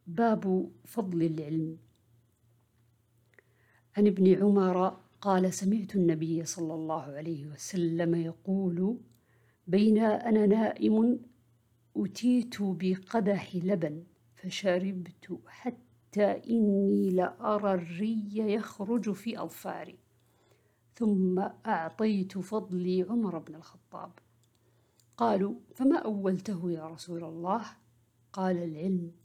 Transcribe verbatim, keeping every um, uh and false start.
باب فضل العلم. عن ابن عمر قال: سمعت النبي صلى الله عليه وسلم يقول: بين أنا نائم أتيت بقدح لبن فشربت حتى إني لأرى الري يخرج في أظفاري، ثم أعطيت فضلي عمر بن الخطاب. قالوا: فما أولته يا رسول الله؟ قال: العلم.